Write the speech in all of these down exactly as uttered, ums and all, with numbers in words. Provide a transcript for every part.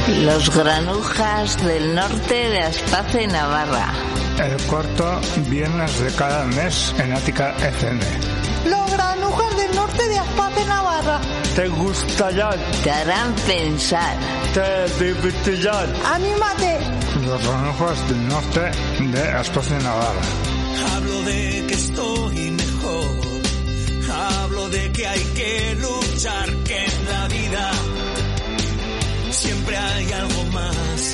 Los granujas del norte de Aspace, Navarra. El cuarto viernes de cada mes en Ática F M. Los granujas del norte de Aspace, Navarra. ¿Te gustarán? Te harán pensar. Te divertirán. ¡Anímate! Los granujas del norte de Aspace, Navarra. Hablo de que estoy mejor. Hablo de que hay que luchar, que en la vida siempre hay algo más.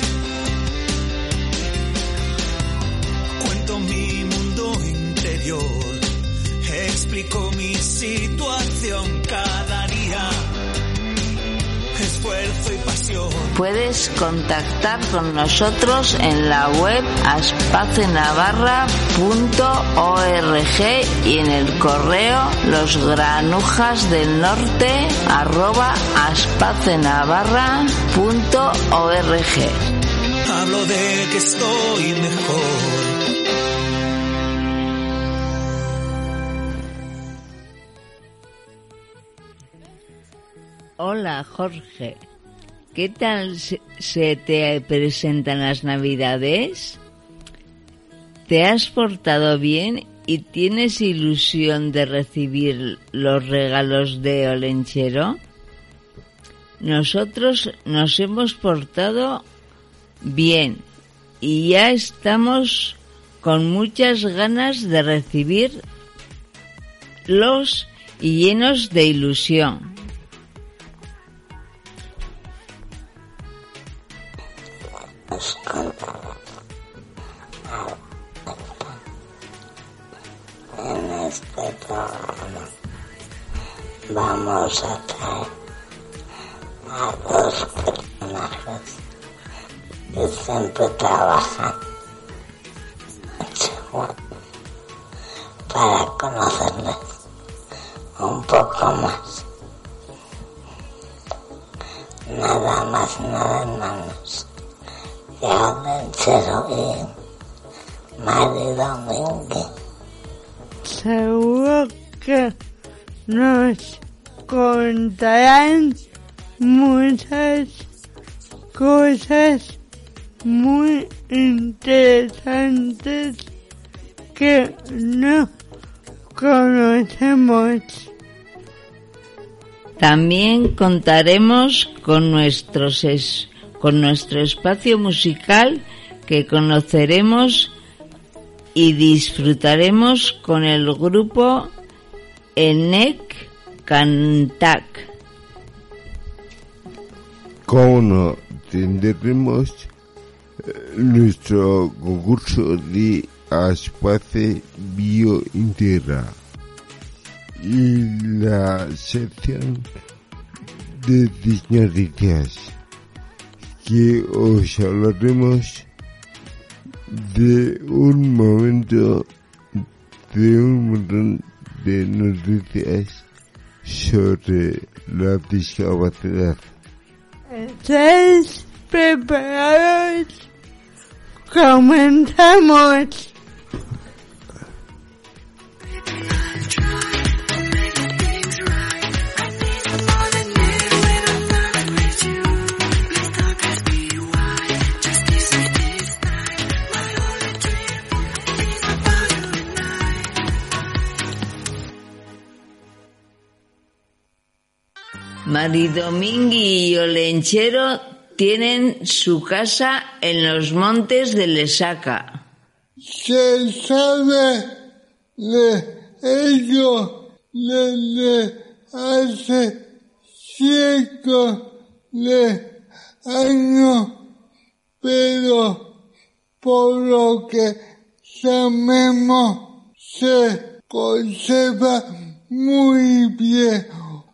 Cuento mi mundo interior, explico mi situación cada día, esfuerzo y pasión. Puedes contactar con nosotros en la web aspacenavarra punto org y en el correo losgranujasdelnorte arroba aspacenavarra punto org. Hablo de que estoy mejor. Hola, Jorge. ¿Qué tal se te presentan las Navidades? ¿Te has portado bien y tienes ilusión de recibir los regalos de Olenchero? Nosotros nos hemos portado bien y ya estamos con muchas ganas de recibirlos y llenos de ilusión. En este programa vamos a traer a dos personajes que siempre trabajan para conocerles un poco más. Nada más, nada menos que Olenchero y Mari Domínguez. Seguro que nos contarán muchas cosas muy interesantes que no conocemos. También contaremos con nuestros es, con nuestro espacio musical que conoceremos y disfrutaremos con el grupo Enek Cantac. Como no, tendremos nuestro concurso de Aspace Biointegra y la sección de noticias, que os hablaremos de un momento, de un montón de noticias sobre la discapacidad. ¿Estáis preparados? ¡Comenzamos! Mari Domínguez y Olenchero tienen su casa en los montes de Lesaca. Se sabe de ello desde hace cientos de años, pero por lo que sabemos se conserva muy bien.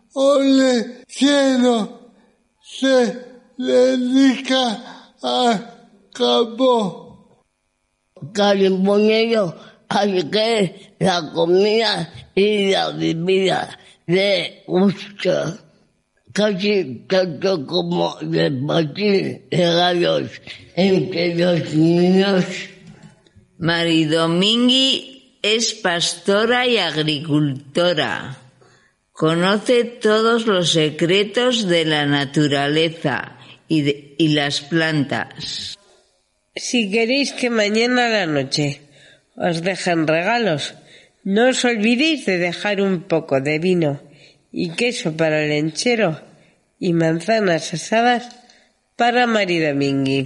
Olenchero se dedica al campo. Carimonero, al que la comida y la bebida le gusta, casi tanto como repartir regalos entre los niños. Mari Domínguez es pastora y agricultora. Conoce todos los secretos de la naturaleza y, de, y las plantas. Si queréis que mañana a la noche os dejen regalos, no os olvidéis de dejar un poco de vino y queso para el lenchero y manzanas asadas para Mari Domingui.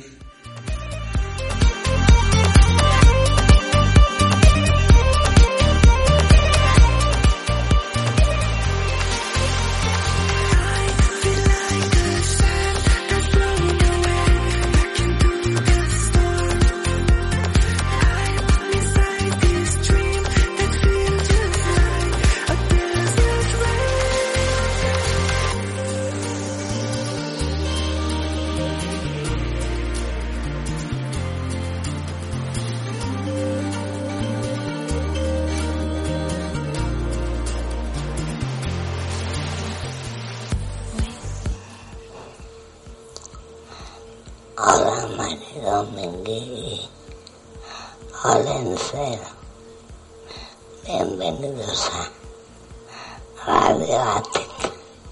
Hola Mari Domingui, hola Encero, bienvenidos a Radio Ática.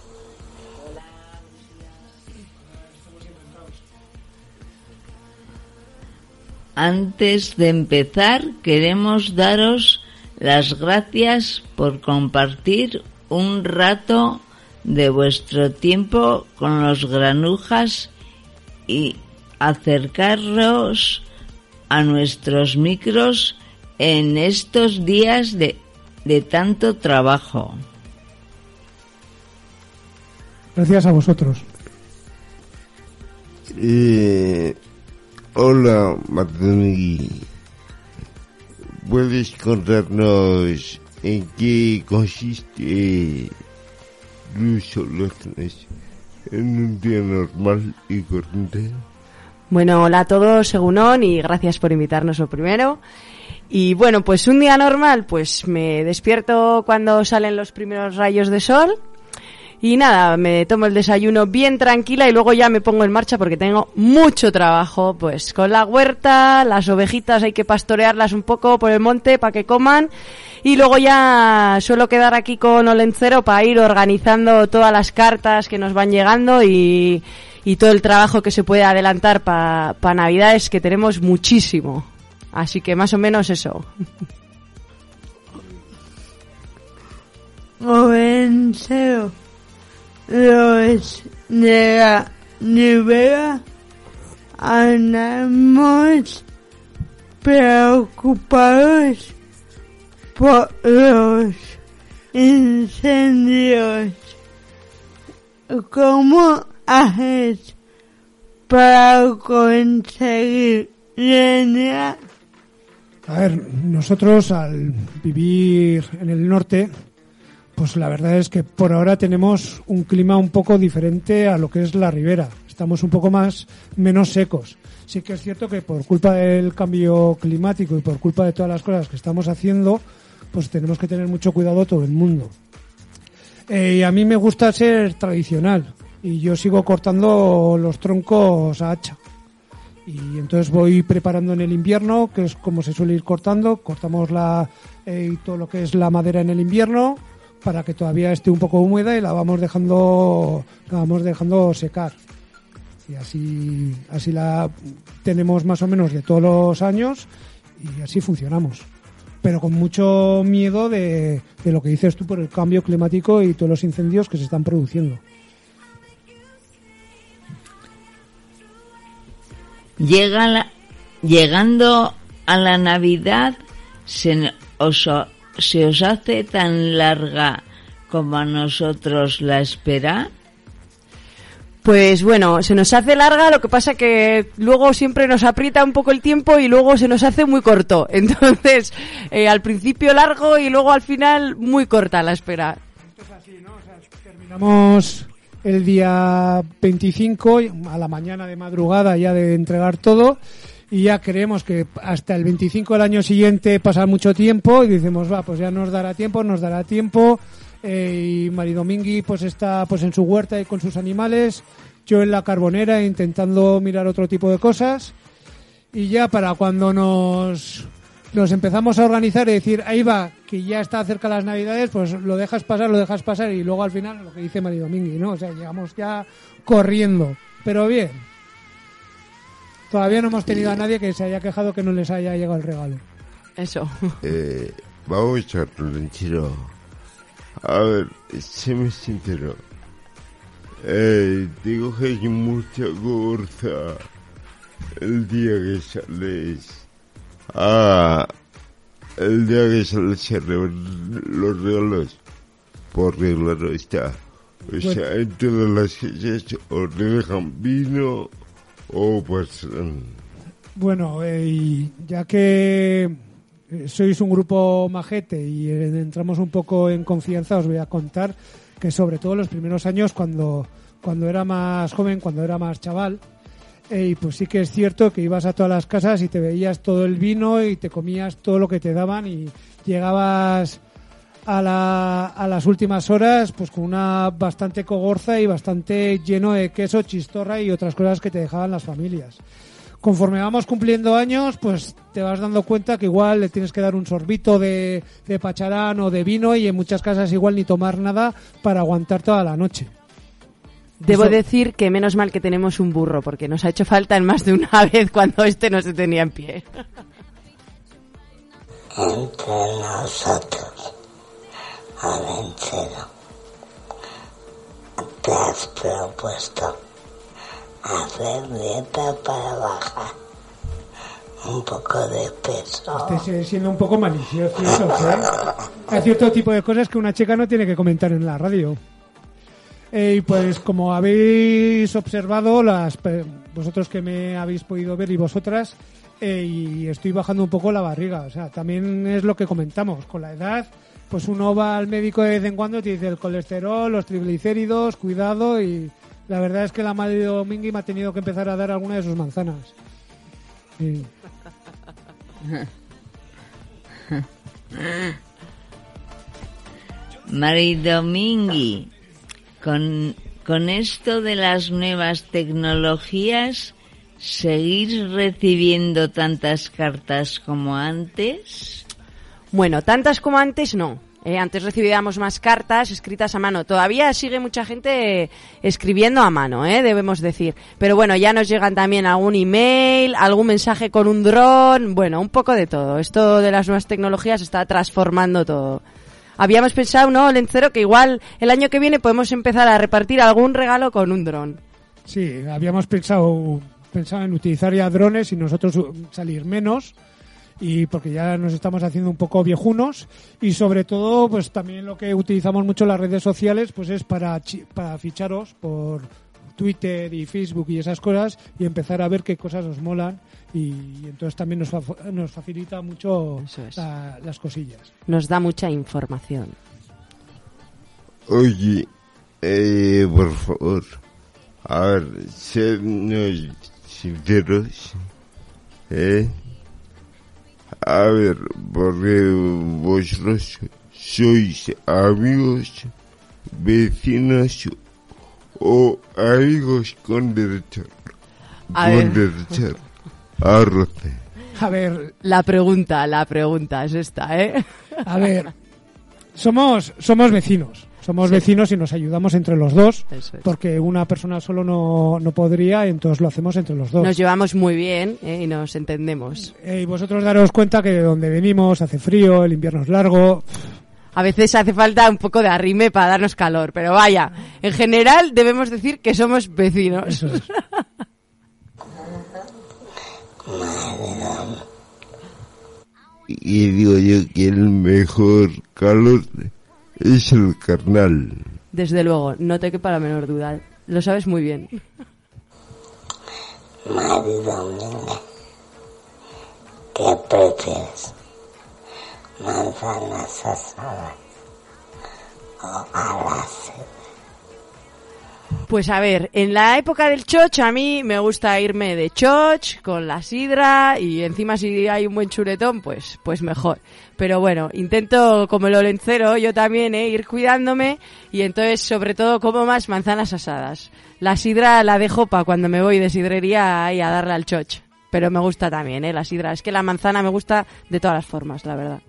Antes de empezar, queremos daros las gracias por compartir un rato de vuestro tiempo con los granujas y acercaros a nuestros micros en estos días de, de tanto trabajo. Gracias a vosotros. Eh, hola, Martín. ¿Puedes contarnos en qué consiste Luz Soluciones en un día normal y corriente? Bueno, hola a todos, Segunón, y gracias por invitarnos lo primero. Y bueno, pues un día normal, pues me despierto cuando salen los primeros rayos de sol y nada, me tomo el desayuno bien tranquila y luego ya me pongo en marcha porque tengo mucho trabajo, pues con la huerta, las ovejitas hay que pastorearlas un poco por el monte para que coman. Y luego ya suelo quedar aquí con Olencero para ir organizando todas las cartas que nos van llegando y, y todo el trabajo que se puede adelantar para pa Navidades, que tenemos muchísimo. Así que más o menos eso. Olencero, los de la nevera andamos preocupados por los incendios. ¿Cómo haces para conseguir leña? A ver, nosotros al vivir en el norte, pues la verdad es que por ahora tenemos un clima un poco diferente a lo que es la ribera. Estamos un poco más, menos secos. Sí que es cierto que por culpa del cambio climático y por culpa de todas las cosas que estamos haciendo, pues tenemos que tener mucho cuidado todo el mundo. Eh, y a mí me gusta ser tradicional y yo sigo cortando los troncos a hacha. Y entonces voy preparando en el invierno, que es como se suele ir cortando, cortamos la eh, todo lo que es la madera en el invierno para que todavía esté un poco húmeda y la vamos dejando, la vamos dejando secar. Y así, así la tenemos más o menos de todos los años y así funcionamos. Pero con mucho miedo de, de lo que dices tú por el cambio climático y todos los incendios que se están produciendo. Llega la, llegando a la Navidad, se os, se os hace tan larga como a nosotros la espera. Pues bueno, se nos hace larga, lo que pasa que luego siempre nos aprieta un poco el tiempo y luego se nos hace muy corto. Entonces, eh, al principio largo y luego al final muy corta la espera. Esto es así, ¿no? O sea, terminamos el día veinticinco, a la mañana de madrugada ya de entregar todo, y ya creemos que hasta el veinticinco del año siguiente pasa mucho tiempo y decimos, va, pues ya nos dará tiempo, nos dará tiempo. Eh, y Mari Domingui pues está pues en su huerta y con sus animales, yo en la carbonera intentando mirar otro tipo de cosas, y ya para cuando nos nos empezamos a organizar y decir, ahí va, que ya está cerca las Navidades, pues lo dejas pasar, lo dejas pasar y luego al final lo que dice Mari Domingui, ¿no? O sea, llegamos ya corriendo. pero bien. Todavía no hemos tenido a nadie que se haya quejado que no les haya llegado el regalo. Eso. Eh, vamos a Ranchero. A ver, séme sincero. Eh, digo que hay mucha gorza el día que sales. Ah, el día que sales a los regalos. Por regla está. O Bueno. sea, en todas las calles o te dejan vino o pues... Bueno, eh, y ya que eh, sois un grupo majete y eh, entramos un poco en confianza, os voy a contar que sobre todo los primeros años, cuando, cuando era más joven, cuando era más chaval, eh, y pues sí que es cierto que ibas a todas las casas y te veías todo el vino y te comías todo lo que te daban y llegabas a, la, a las últimas horas pues con una bastante cogorza y bastante lleno de queso, chistorra y otras cosas que te dejaban las familias. Conforme vamos cumpliendo años, pues te vas dando cuenta que igual le tienes que dar un sorbito de, de pacharán o de vino y en muchas casas igual ni tomar nada para aguantar toda la noche. Debo Eso- decir que menos mal que tenemos un burro, porque nos ha hecho falta en más de una vez cuando este no se tenía en pie. Entre nosotros, Olentzero, te has propuesto hacer dieta para bajar un poco de peso. Estáis siendo un poco maliciosos, ¿eh? Hay cierto tipo de cosas que una chica no tiene que comentar en la radio. Eh, y pues como habéis observado, las pe- vosotros que me habéis podido ver y vosotras, eh, y estoy bajando un poco la barriga. O sea, también es lo que comentamos. Con la edad, pues uno va al médico de vez en cuando y te dice el colesterol, los triglicéridos, cuidado. Y la verdad es que la madre de Domingui me ha tenido que empezar a dar alguna de sus manzanas. Sí. Mari Domingui, con, con esto de las nuevas tecnologías, ¿seguir recibiendo tantas cartas como antes? Bueno, tantas como antes no. Eh, antes recibíamos más cartas escritas a mano. Todavía sigue mucha gente escribiendo a mano, eh, debemos decir. Pero bueno, ya nos llegan también algún email, algún mensaje con un dron, bueno, un poco de todo. Esto de las nuevas tecnologías está transformando todo. Habíamos pensado, ¿no, Lencero, que igual el año que viene podemos empezar a repartir algún regalo con un dron? Sí, habíamos pensado, pensado en utilizar ya drones y nosotros salir menos, y porque ya nos estamos haciendo un poco viejunos, y sobre todo pues también lo que utilizamos mucho en las redes sociales pues es para, chi- para ficharos por Twitter y Facebook y esas cosas y empezar a ver qué cosas os molan, y, y entonces también nos, fa- nos facilita mucho Eso es. la- las cosillas. Nos da mucha información. Oye, eh, por favor, a ver, sednos sinceros, ¿eh? A ver, porque vosotros sois amigos, vecinos o amigos con derecho, A con ver. derecho a roce. A ver, La pregunta, la pregunta es esta, ¿eh? a ver, somos, somos vecinos. Somos Sí. vecinos y nos ayudamos entre los dos, Eso es. porque una persona solo no, no podría, entonces lo hacemos entre los dos. Nos llevamos muy bien, ¿eh? Y nos entendemos. Eh, y vosotros daros cuenta que de donde venimos hace frío, el invierno es largo. A veces hace falta un poco de arrime para darnos calor, pero vaya, en general debemos decir que somos vecinos. Eso es. Y digo yo que el mejor calor es el carnal. Desde luego, no te quepa la menor duda. Lo sabes muy bien. Mari Dominga, ¿qué prefieres? ¿Manzanas asadas o a la sidra? Pues a ver, en la época del choch a mí me gusta irme de choch con la sidra y encima si hay un buen chuletón, pues pues mejor. Pero bueno, intento como el olencero yo también eh, ir cuidándome y entonces sobre todo como más manzanas asadas. La sidra la dejo para cuando me voy de sidrería ahí a darle al choch. Pero me gusta también, eh, la sidra. Es que la manzana me gusta de todas las formas, la verdad.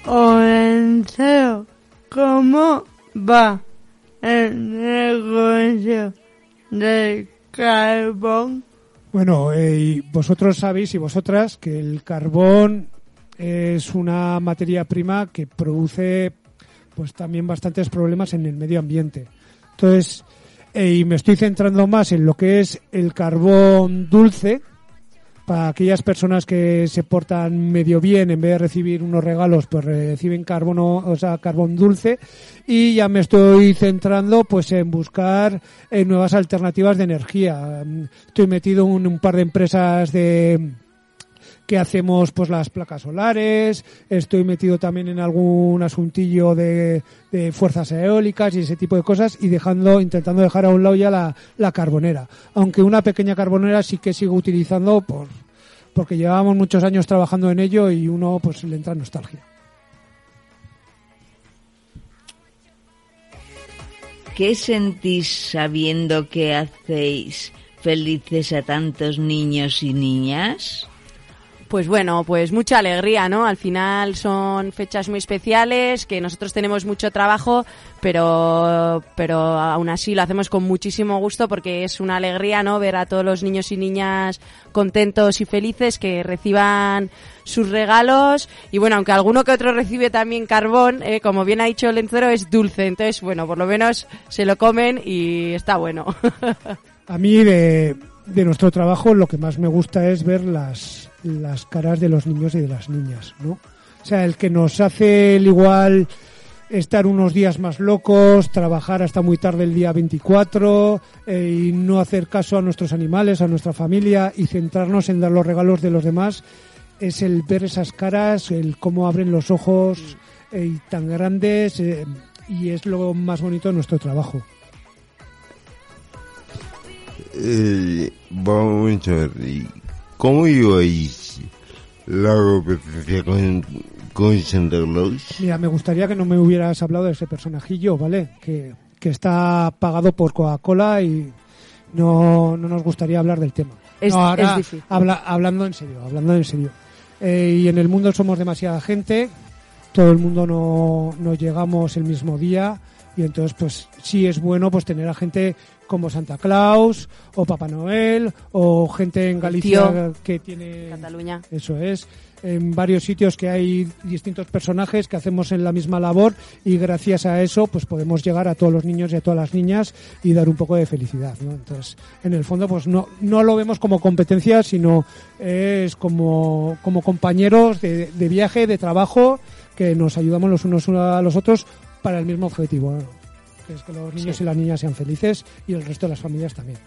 Olencero, ¿cómo va el negocio del carbón? Bueno, eh, y vosotros sabéis y vosotras que el carbón es una materia prima que produce pues también bastantes problemas en el medio ambiente. Entonces, eh, y me estoy centrando más en lo que es el carbón dulce, para aquellas personas que se portan medio bien, en vez de recibir unos regalos, pues reciben carbono, o sea, carbón dulce, y ya me estoy centrando pues en buscar eh, nuevas alternativas de energía. Estoy metido en un par de empresas de que hacemos pues las placas solares, estoy metido también en algún asuntillo de, de fuerzas eólicas y ese tipo de cosas, y dejando, intentando dejar a un lado ya la, la carbonera. Aunque una pequeña carbonera sí que sigo utilizando por, porque llevábamos muchos años trabajando en ello y uno pues le entra nostalgia. ¿Qué sentís sabiendo que hacéis felices a tantos niños y niñas? Pues bueno, pues mucha alegría, ¿no? Al final son fechas muy especiales, que nosotros tenemos mucho trabajo, pero pero aún así lo hacemos con muchísimo gusto porque es una alegría, ¿no? Ver a todos los niños y niñas contentos y felices, que reciban sus regalos. Y bueno, aunque alguno que otro recibe también carbón, eh, como bien ha dicho Lencero, es dulce. Entonces, bueno, por lo menos se lo comen y está bueno. A mí de, de nuestro trabajo lo que más me gusta es ver las las caras de los niños y de las niñas, ¿no? O sea, el que nos hace el igual estar unos días más locos, trabajar hasta muy tarde el día veinticuatro eh, y no hacer caso a nuestros animales, a nuestra familia y centrarnos en dar los regalos de los demás, es el ver esas caras, el cómo abren los ojos eh, y tan grandes eh, y es lo más bonito de nuestro trabajo. Eh, vamos a ver, ¿cómo lleváis la competencia con, con Santa Claus? Mira, me gustaría que no me hubieras hablado de ese personajillo, ¿vale? Que, que está pagado por Coca-Cola y no, no nos gustaría hablar del tema. Es, no, ahora, es difícil. Habla, hablando en serio, hablando en serio. Eh, y en el mundo somos demasiada gente, todo el mundo no, no llegamos el mismo día y entonces pues sí es bueno pues tener a gente como Santa Claus o Papá Noel o gente en Galicia que tiene Cataluña. Eso es, en varios sitios que hay distintos personajes que hacemos en la misma labor y gracias a eso pues podemos llegar a todos los niños y a todas las niñas y dar un poco de felicidad, ¿no? Entonces, en el fondo pues no no lo vemos como competencia, sino es como como compañeros de, de viaje, de trabajo, que nos ayudamos los unos a los otros para el mismo objetivo, ¿no? Que es que los niños sí. y las niñas sean felices y el resto de las familias también.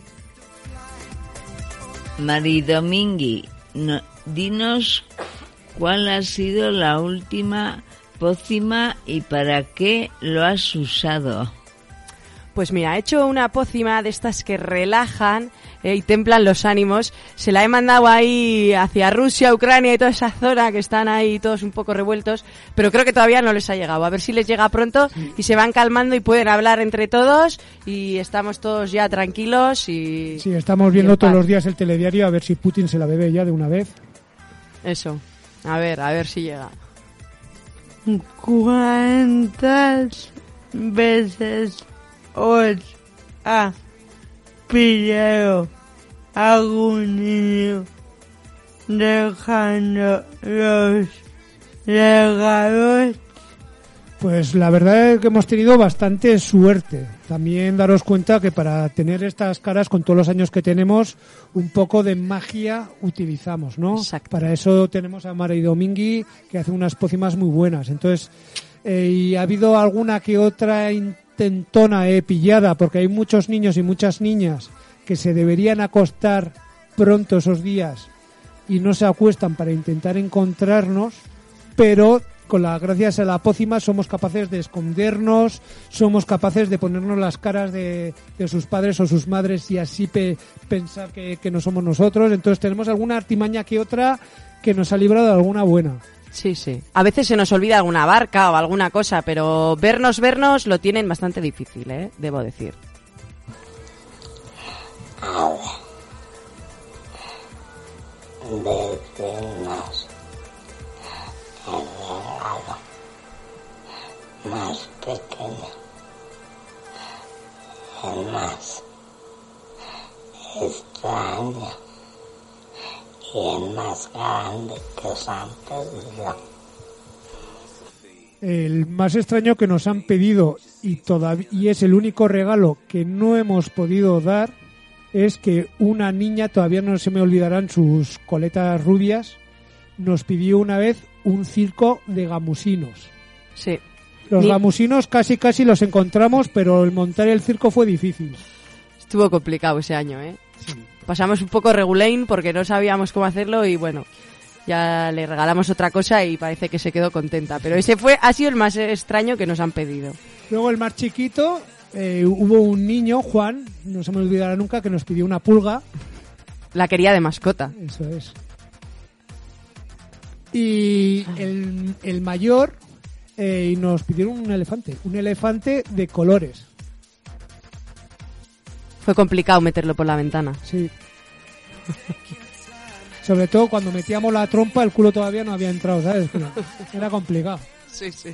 Mari Domingui, no, dinos cuál ha sido la última pócima y para qué lo has usado. Pues mira, he hecho una pócima de estas que relajan eh, y templan los ánimos. Se la he mandado ahí hacia Rusia, Ucrania y toda esa zona que están ahí todos un poco revueltos, pero creo que todavía no les ha llegado. A ver si les llega pronto y se van calmando y pueden hablar entre todos y estamos todos ya tranquilos y... Sí, estamos viendo todos los días el telediario a ver si Putin se la bebe ya de una vez. Eso, a ver, a ver si llega. ¿Cuántas veces os ha pillado algún niño dejando los regalos? Pues la verdad es que hemos tenido bastante suerte. También daros cuenta que para tener estas caras, con todos los años que tenemos, un poco de magia utilizamos, ¿no? Exacto. Para eso tenemos a Mari Domingui, que hace unas pócimas muy buenas. Entonces, eh, y ha habido alguna que otra intentona eh, pillada, porque hay muchos niños y muchas niñas que se deberían acostar pronto esos días y no se acuestan para intentar encontrarnos, pero con la gracias a la pócima somos capaces de escondernos, somos capaces de ponernos las caras de, de sus padres o sus madres y así pe, pensar que, que no somos nosotros. Entonces tenemos alguna artimaña que otra que nos ha librado de alguna buena. Sí, sí. A veces se nos olvida alguna barca o alguna cosa, pero vernos, vernos lo tienen bastante difícil, ¿eh? Debo decir. A ver, vecinos, el regalo más pequeño, el más extraño y el más grande que os han pedido. El más extraño que nos han pedido y, todavía, y es el único regalo que no hemos podido dar es que una niña, todavía no se me olvidarán sus coletas rubias, nos pidió una vez un circo de gamusinos. Sí. Los Ni... gamusinos casi casi los encontramos, pero el montar el circo fue difícil. Estuvo complicado ese año, ¿eh? Sí. Pasamos un poco regulain porque no sabíamos cómo hacerlo y bueno, ya le regalamos otra cosa y parece que se quedó contenta. Pero ese fue ha sido el más extraño que nos han pedido. Luego el más chiquito, eh, hubo un niño, Juan, no se me olvidará nunca, que nos pidió una pulga. La quería de mascota. Eso es. Y el, el mayor eh, nos pidieron un elefante, un elefante de colores. Fue complicado meterlo por la ventana. Sí. Sobre todo cuando metíamos la trompa, el culo todavía no había entrado, ¿sabes? Era complicado. Sí, sí.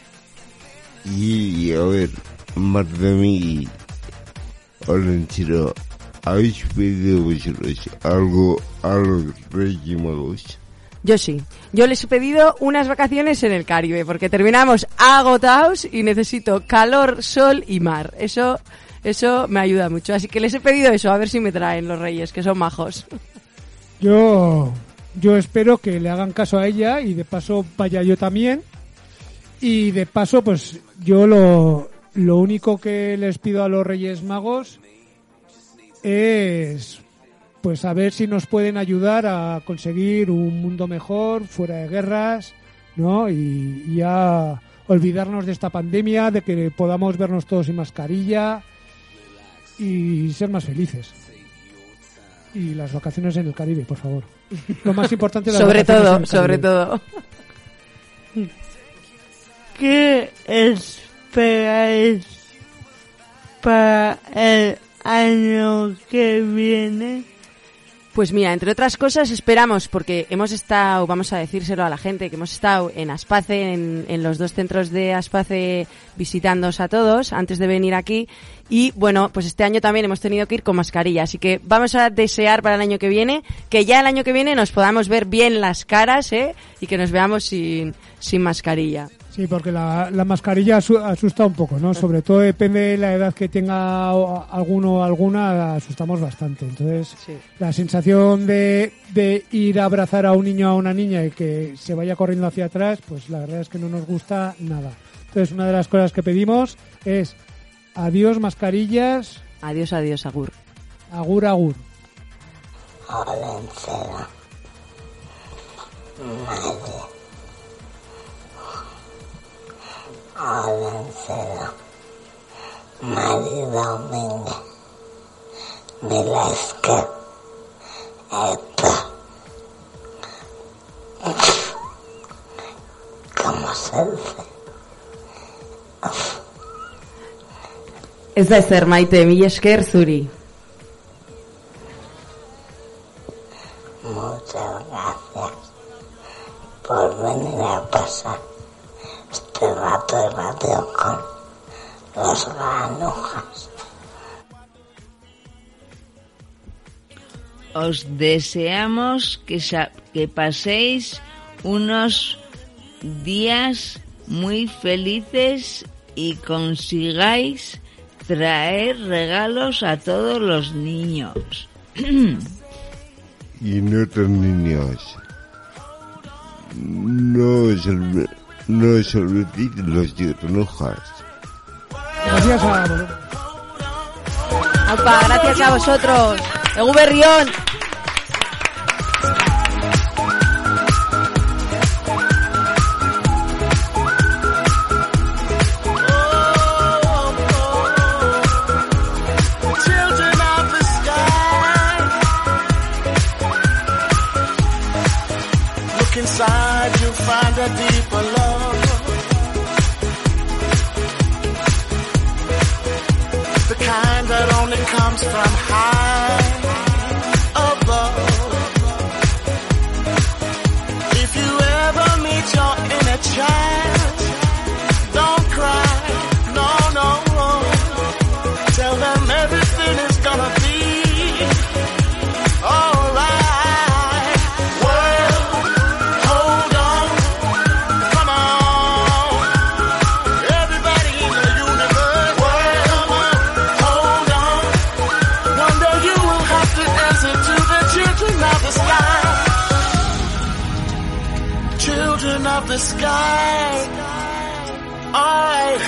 Y a ver, Marta, mí, Olenchero, ¿habéis pedido vosotros algo a los Reyes Magos? Yo sí. Yo les he pedido unas vacaciones en el Caribe porque terminamos agotados y necesito calor, sol y mar. Eso, eso me ayuda mucho. Así que les he pedido eso, a ver si me traen los Reyes, que son majos. Yo, yo espero que le hagan caso a ella y de paso vaya yo también. Y de paso, pues yo lo, lo único que les pido a los Reyes Magos es pues a ver si nos pueden ayudar a conseguir un mundo mejor, fuera de guerras, ¿no? Y, y ya olvidarnos de esta pandemia, de que podamos vernos todos sin mascarilla y ser más felices. Y las vacaciones en el Caribe, por favor. Lo más importante las sobre vacaciones todo, en el sobre Caribe. todo. ¿Qué esperáis para el año que viene? Pues mira, entre otras cosas esperamos, porque hemos estado, vamos a decírselo a la gente, que hemos estado en Aspace, en, en los dos centros de Aspace visitándoos a todos antes de venir aquí y bueno, pues este año también hemos tenido que ir con mascarilla, así que vamos a desear para el año que viene que ya el año que viene nos podamos ver bien las caras, ¿eh? Y que nos veamos sin, sin mascarilla. Sí, porque la, la mascarilla asu- asusta un poco, ¿no? Sobre todo depende de la edad que tenga alguno o alguna, asustamos bastante. Entonces, sí. La sensación de, de ir a abrazar a un niño o a una niña y que se vaya corriendo hacia atrás, pues la verdad es que no nos gusta nada. Entonces, una de las cosas que pedimos es adiós mascarillas. Adiós, adiós, agur. Agur, agur. Olenchero, nadie. Olenchero, Mari Domínguez, Milesker, esto. ¿Cómo se dice? Ez da ezer, Maite, mila esker zuri. Muchas gracias por venir a pasar este rato de radio con los granujas. Os deseamos que, sa- que paséis unos días muy felices y consigáis traer regalos a todos los niños. Y nuestros niños, no os, olvi- no os olvidéis de los granujas. Gracias a... Opa, gracias a vosotros. Egu berrión. Children of the sky, look inside, you'll find a deeper love. The kind that only comes from high above. If you ever meet your inner child, don't of the sky. Alright,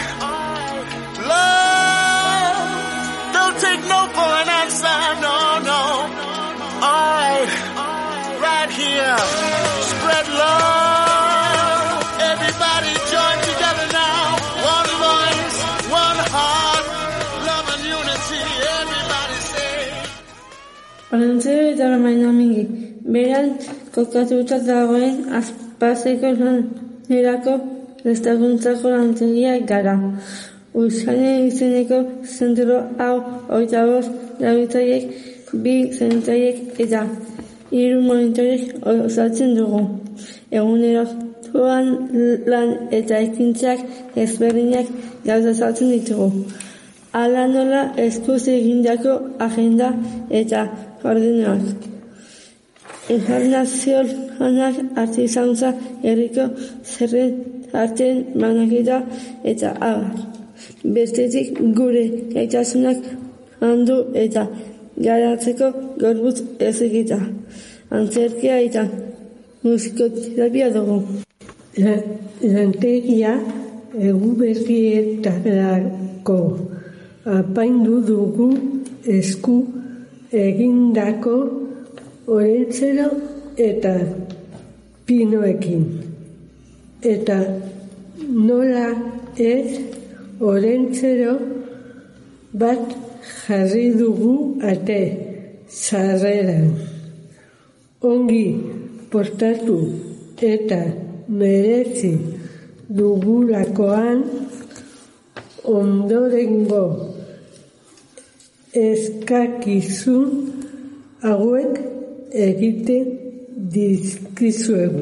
love, don't take no for an answer, no, no. Alright, right here, spread love. Everybody join together now. One voice, one heart, love and unity. Everybody say. Olentzero eta Armainamingi, beran kokatuta dagoen azpazeko lanerako prestakuntzako lantegia gara. Usainen izeneko zentro hau hogeita bost laguntzaileek, bi zaintzaileek eta hiru monitorek osatzen dugu. Egunerokoan lan eta ekintzak ezberdinak gauzatzen ditugu. Hala nola eskuz egindako agenda eta ordenioak. Informazio lanak artizantza herriko zerren arten banaketa eta abar. Bestetik gure gaitasunak handu eta garatzeko gorputz ezagita. Antzerkia eta musikoterapia dugu. Lantegia eguberrietarako apaindu dugu esku egindako orentzero eta pinoekin. Eta nola ez orentzero bat jarri dugu ate sarreran. Ongi postatu eta merezi dugulakoan ondorengo eskakizun hauek egiten dizkizuegu.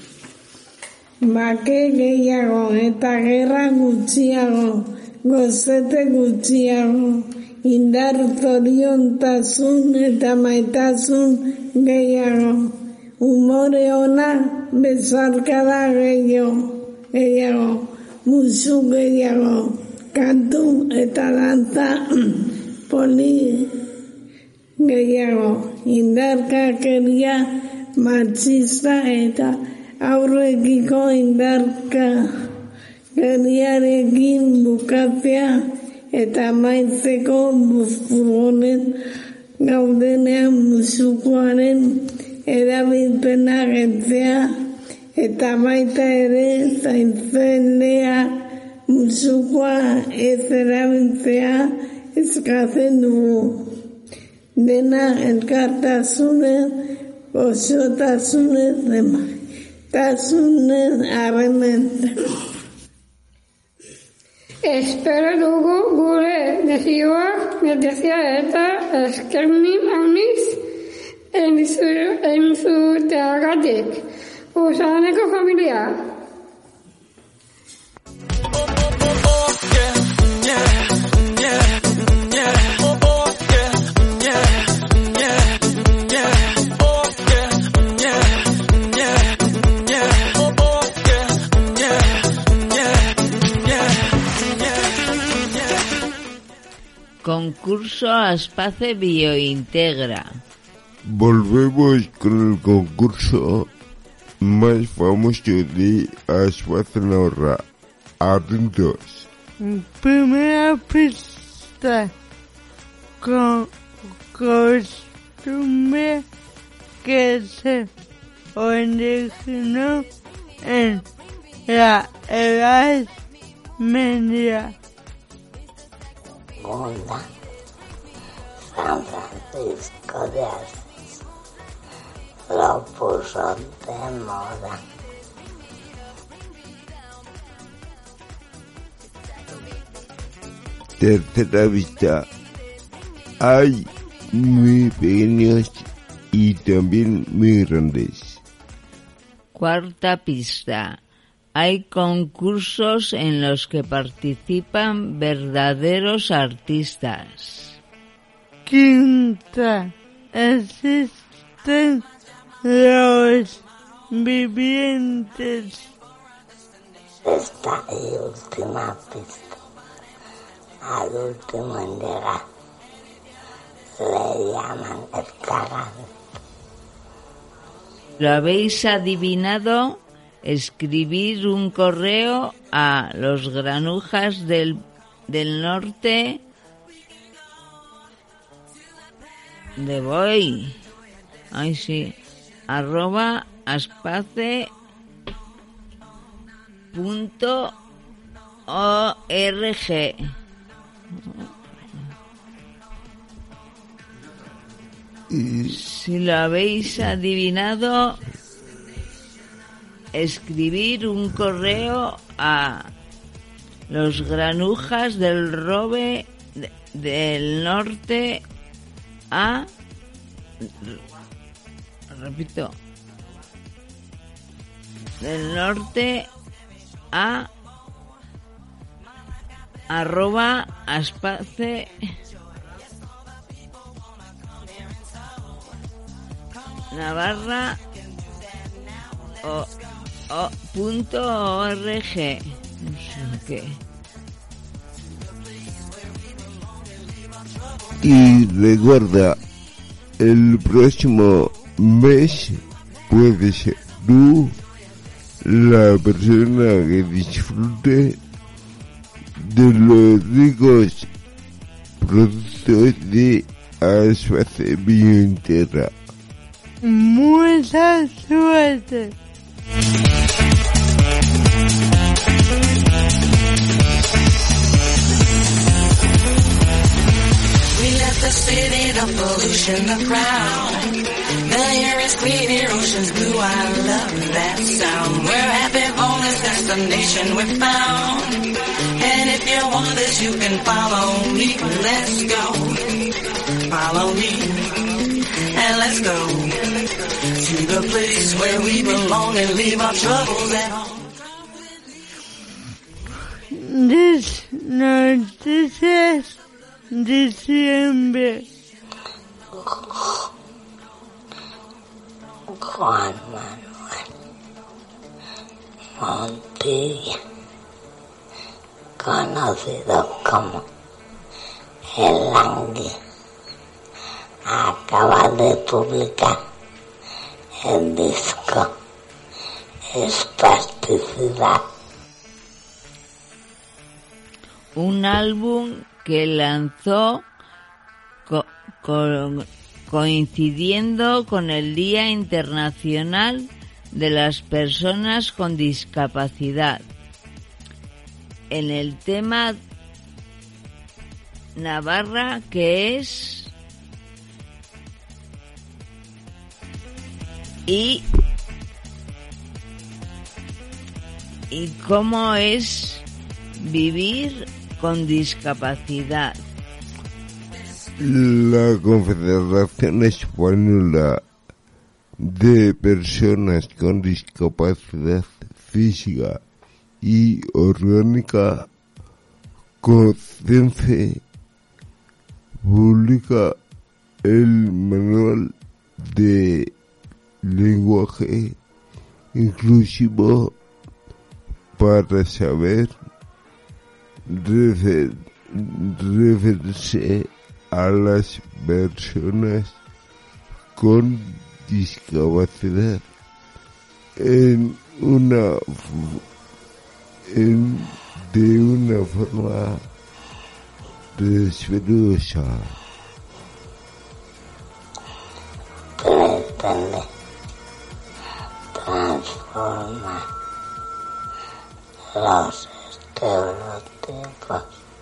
Bake gehiago eta gerra gutxiago, gozete gutxiago, indar zoriontasun eta maitasun gehiago, umore ona bezarkada gehiago, gehiago, musu gehiago, kantu eta dantza poli gehiago, indarkakeria matxista eta aurrekiko indarka geriarekin bukatzea eta maitzeko furgonen gaudenean musukoaren erabilpena getzea eta baita ere zaintzenea musukoa ez erabiltzea eskatzen dugu. Dena elkartasunez, osotasunez, tasunez arremente. Espero dugu gure desioak betezia eta eskernin hauniz entzuteagatik. Usaneko familia. Concurso Aspace Biointegra. Volvemos con el concurso más famoso de Aspace Navarra. Atentos. Primera pista. Con costumbre que se originó en la Edad Media. Segunda, San Francisco de Asís lo puso de moda. Tercera vista. Hay muy pequeños y también muy grandes. Cuarta pista. Hay concursos en los que participan verdaderos artistas. Quinta. Existen los vivientes. Esta y última pista. Al último en llegar le llaman el cagante. ¿Lo habéis adivinado? escribir un correo a los granujas del, del norte de Boy. Ay, sí. Arroba aspace punto org. Si lo habéis adivinado, escribir un correo a los granujas del robe de, del norte a, repito, del norte a arroba aspace Navarra o, o punto org. No sé qué. Y recuerda, el próximo mes puedes ser tú la persona que disfrute de los ricos productos de Aspace Biointerra. Mucha suerte. We left the city, the pollution, the crowd. The air is clean, your ocean's blue, I love that sound. We're happy for this destination we found. And if you want this, you can follow me. Let's go. Follow me. And let's go to the place where we belong and leave our troubles at home. This noticias diciembre. Juan Manuel Montilla, conocido como El Langui, acaba de publicar el disco Espasticidad. Un álbum que lanzó co- co- coincidiendo con el Día Internacional de las Personas con Discapacidad. En el tema Navarra, que es y y cómo es vivir con discapacidad. La Confederación Española de Personas con Discapacidad Física y Orgánica, CONCENFE, publica el Manual de Lenguaje Inclusivo para saber refer, referirse a las personas con discapacidad en una en, de una forma respetuosa. Pretende transformar los estereotipos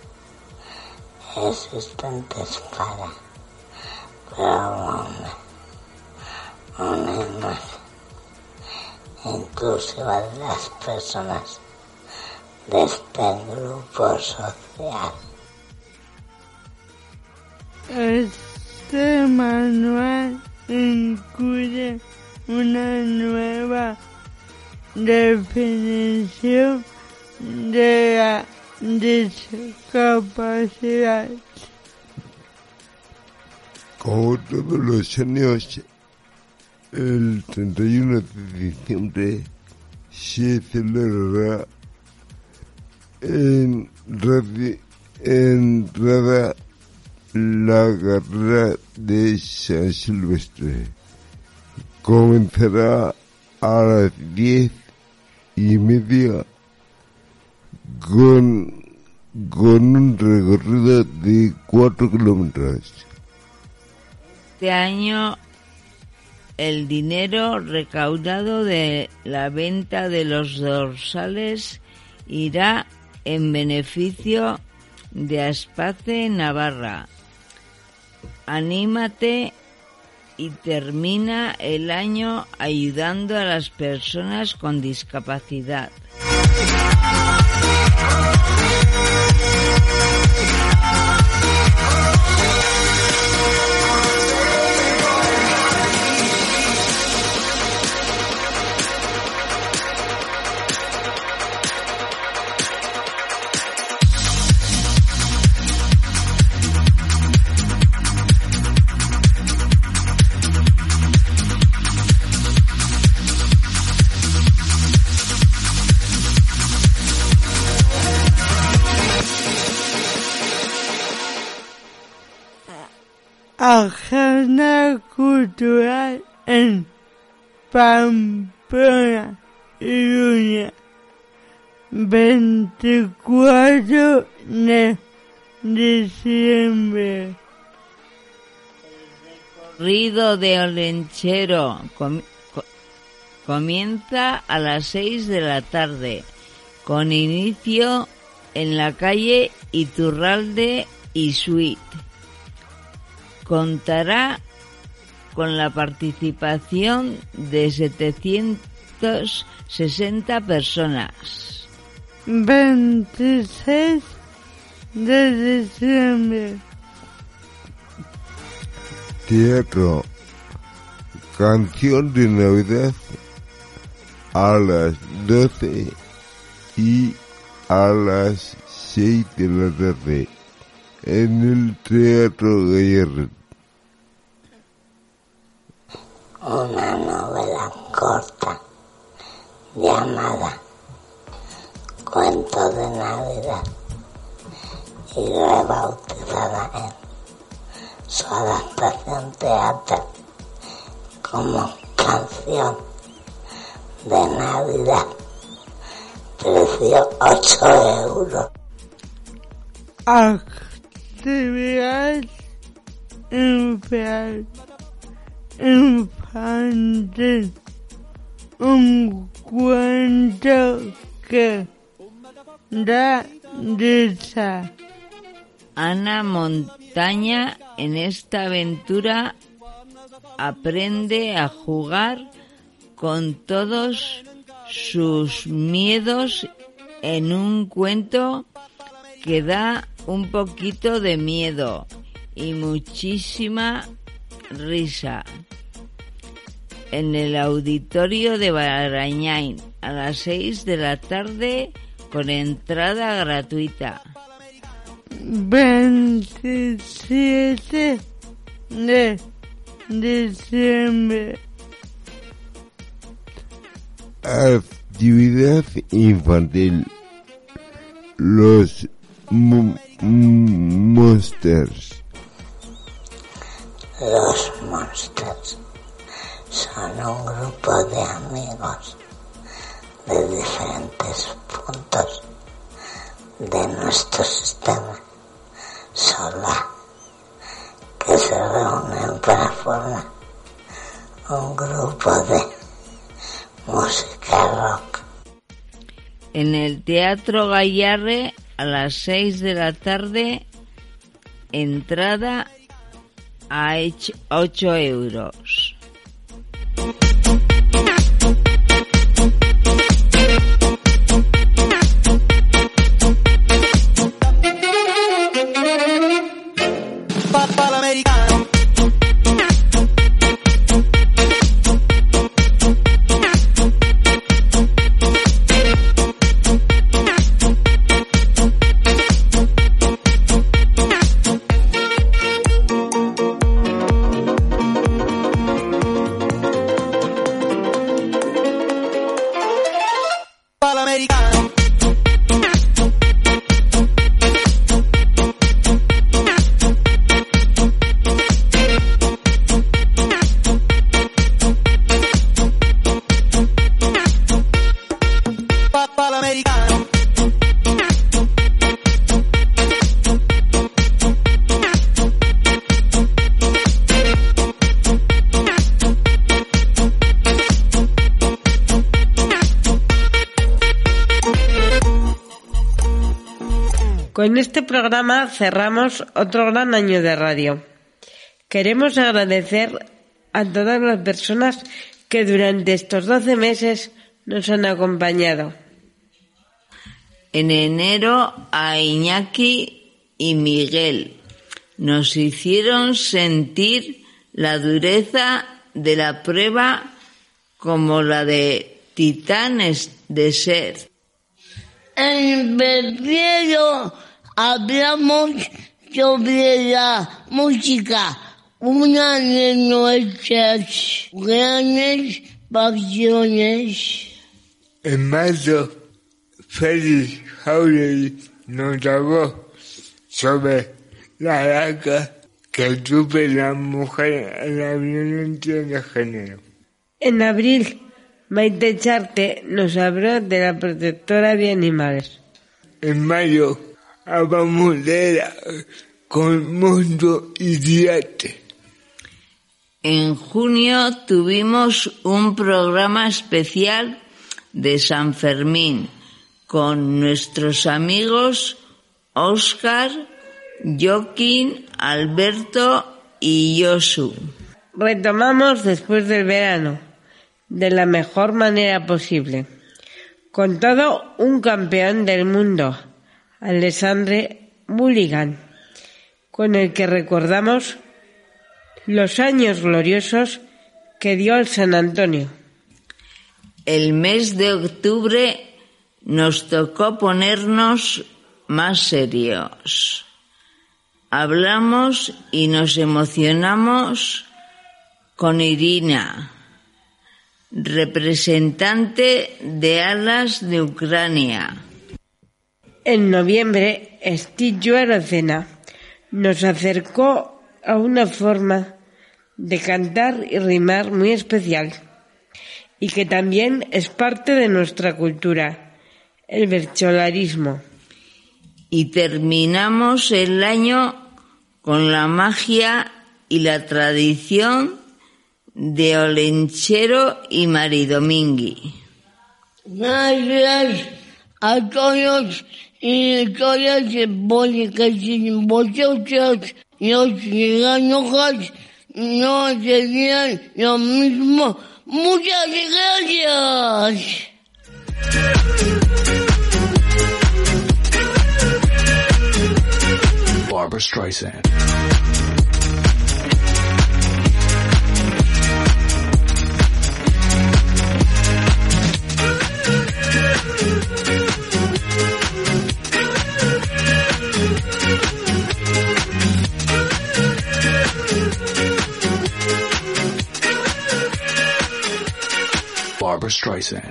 existentes para promover una imagen inclusiva de las personas de este grupo social. Este manual incluye una nueva definición de la discapacidad. Como todos los años, el treinta y uno de diciembre se celebrará en Radio, en Rada la carrera de San Silvestre. Comenzará a las diez y media con, con un recorrido de cuatro kilómetros. Este año el dinero recaudado de la venta de los dorsales irá en beneficio de Aspace Navarra. Anímate y termina el año ayudando a las personas con discapacidad. Agenda cultural en Pamplona, Iruña, veinticuatro de diciembre. El recorrido de Olenchero com- co- comienza a las seis de la tarde, con inicio en la calle Iturralde y Suite. Contará con la participación de setecientas sesenta personas. veintiséis de diciembre. Teatro, canción de Navidad a las doce y a las seis de la tarde en el Teatro Gallarre. Una novela corta llamada Cuento de Navidad y rebautizada en su adaptación teatral como Canción de Navidad. Precio ocho euros. Actividad infantil. Infantil. Un cuento que da risa. Ana Montaña en esta aventura aprende a jugar con todos sus miedos en un cuento que da un poquito de miedo y muchísima risa. En el auditorio de Barañáin a las seis de la tarde con entrada gratuita. veintisiete de diciembre. Actividad infantil. Los m- m- Monsters. Los Monsters son un grupo de amigos de diferentes puntos de nuestro sistema solar que se reúnen para formar un grupo de música rock. En el Teatro Gallarre a las seis de la tarde, entrada a ocho euros. Papá el americano. Con este programa cerramos otro gran año de radio. Queremos agradecer a todas las personas que durante estos doce meses nos han acompañado. En enero a Iñaki y Miguel nos hicieron sentir la dureza de la prueba como la de titanes de ser. En febrero hablamos sobre la música, una de nuestras grandes pasiones. En mayo, Félix Jauregui nos habló sobre la laca que sufre la mujer en la violencia de género. En abril, Maite Charte nos habló de la protectora de animales. En mayo, hablamos de la con Mundo y Diate. En junio tuvimos un programa especial de San Fermín con nuestros amigos Óscar, Joaquín, Alberto y Josu. Retomamos después del verano, de la mejor manera posible. Con todo un campeón del mundo, Alexandre Mulligan, con el que recordamos los años gloriosos que dio al San Antonio. El mes de octubre nos tocó ponernos más serios. Hablamos y nos emocionamos con Irina, representante de Alas de Ucrania. En noviembre, Estillo Arocena nos acercó a una forma de cantar y rimar muy especial y que también es parte de nuestra cultura, el bercholarismo. Y terminamos el año con la magia y la tradición de Olenchero y Maridomingui. Gracias a todos y todas porque sin vosotros los ciudadanos no serían lo mismo. Muchas gracias. Barbra Streisand. Barbra Streisand.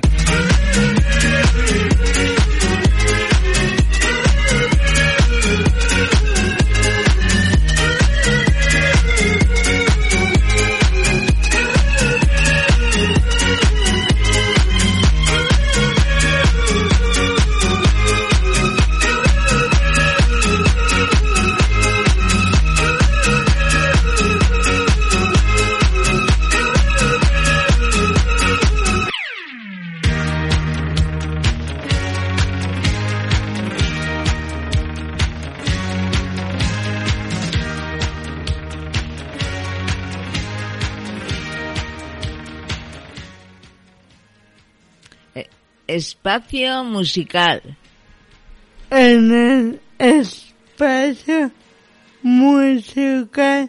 Espacio musical. En el espacio musical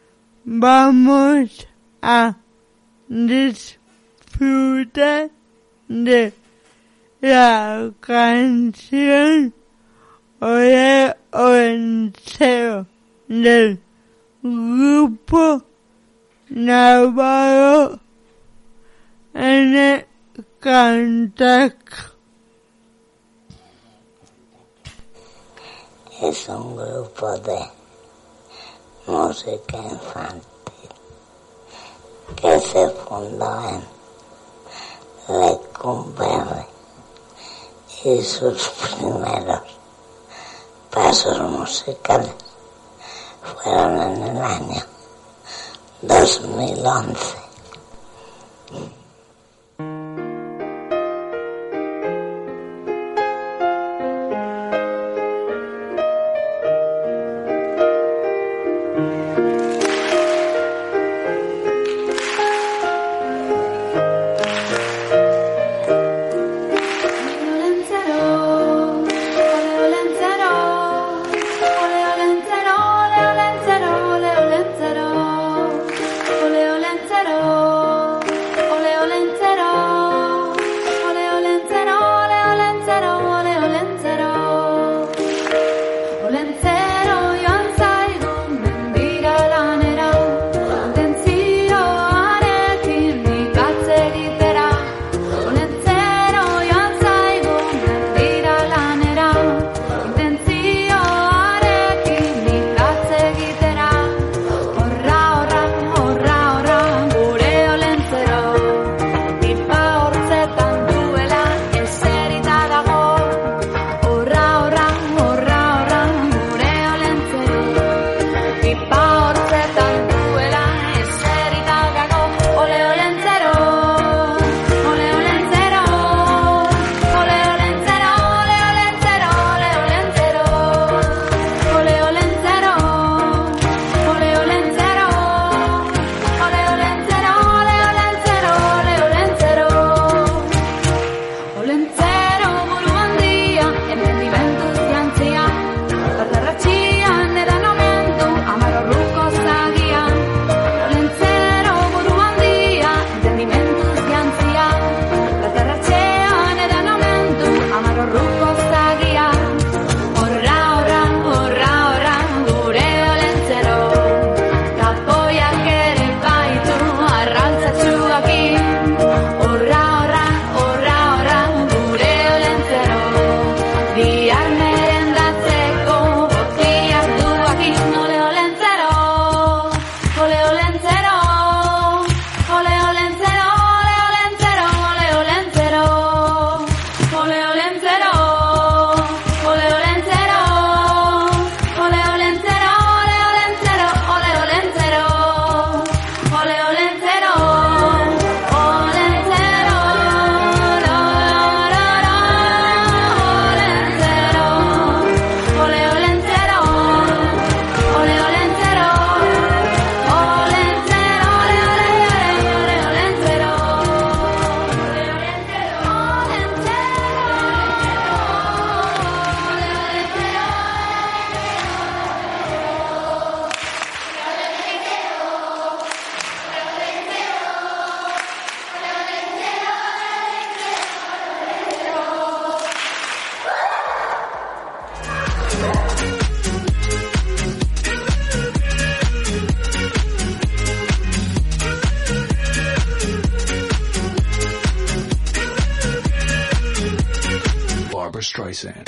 vamos a disfrutar de la canción Ole Olenchero del grupo Navarro en el Cantac. Es un grupo de música infantil que se fundó en Lecumberri y sus primeros pasos musicales fueron en el año dos mil once. Barbra Streisand.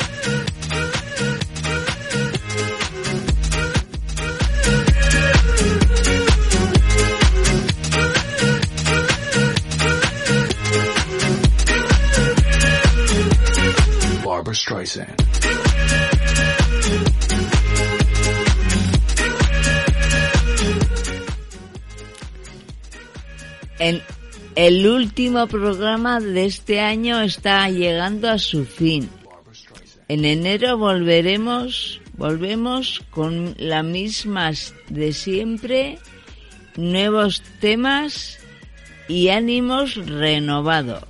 Barbra Streisand. El, el último programa de este año está llegando a su fin. En enero volveremos, volvemos con las mismas de siempre, nuevos temas y ánimos renovados.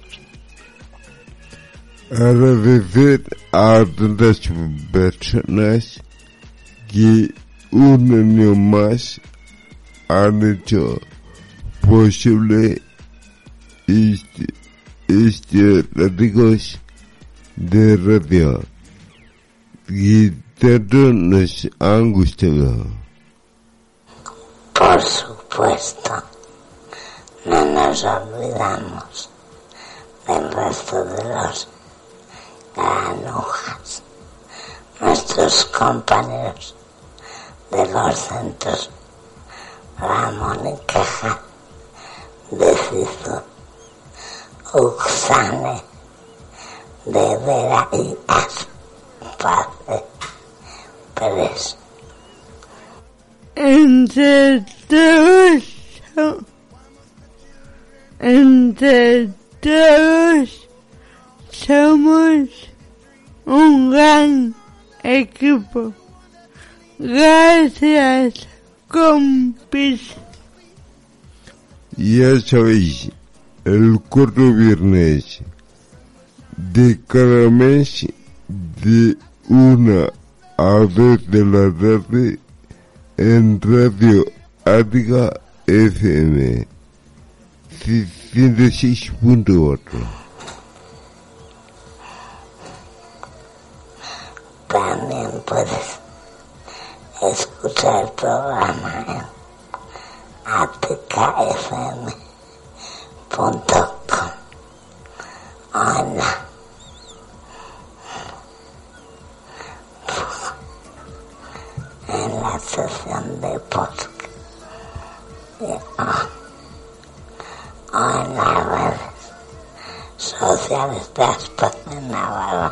Agradecer a todas las personas que un año más han hecho posible este, este radios de radio que tanto nos han gustado. Por supuesto, no nos olvidamos del resto de los granujas, nuestros compañeros de los centros Ramón y Cajal, de Cizu, Uxane, de Vera y Aspace Pérez. Entre todos, entre todos somos un gran equipo. Gracias, compis. Ya sabéis, el cuarto viernes de cada mes de una a dos de la tarde en Radio Ática F M ciento seis punto cuatro. También puedes escuchar el programa en ática f m punto com o en la, en la sección de podcast o, o en las redes sociales de Aspace Navarra.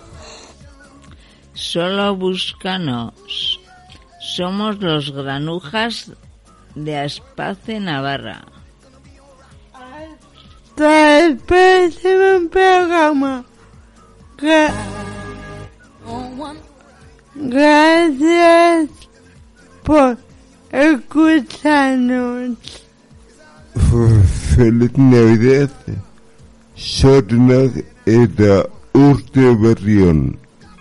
Solo búscanos. Somos los granujas de Aspace Navarra. Hasta el próximo programa. Gra- Gracias por escucharnos. Feliz Navidad. Zornak eta urte berrion.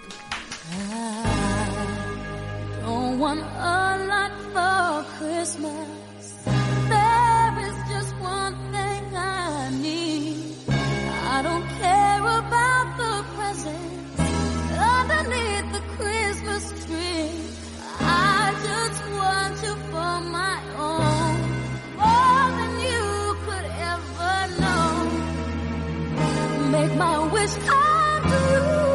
Don't want a lot for Christmas. There is just one thing I need. I don't care about the presents underneath the Christmas tree. I just want you for my own, more than you could ever know. Make my wish come true.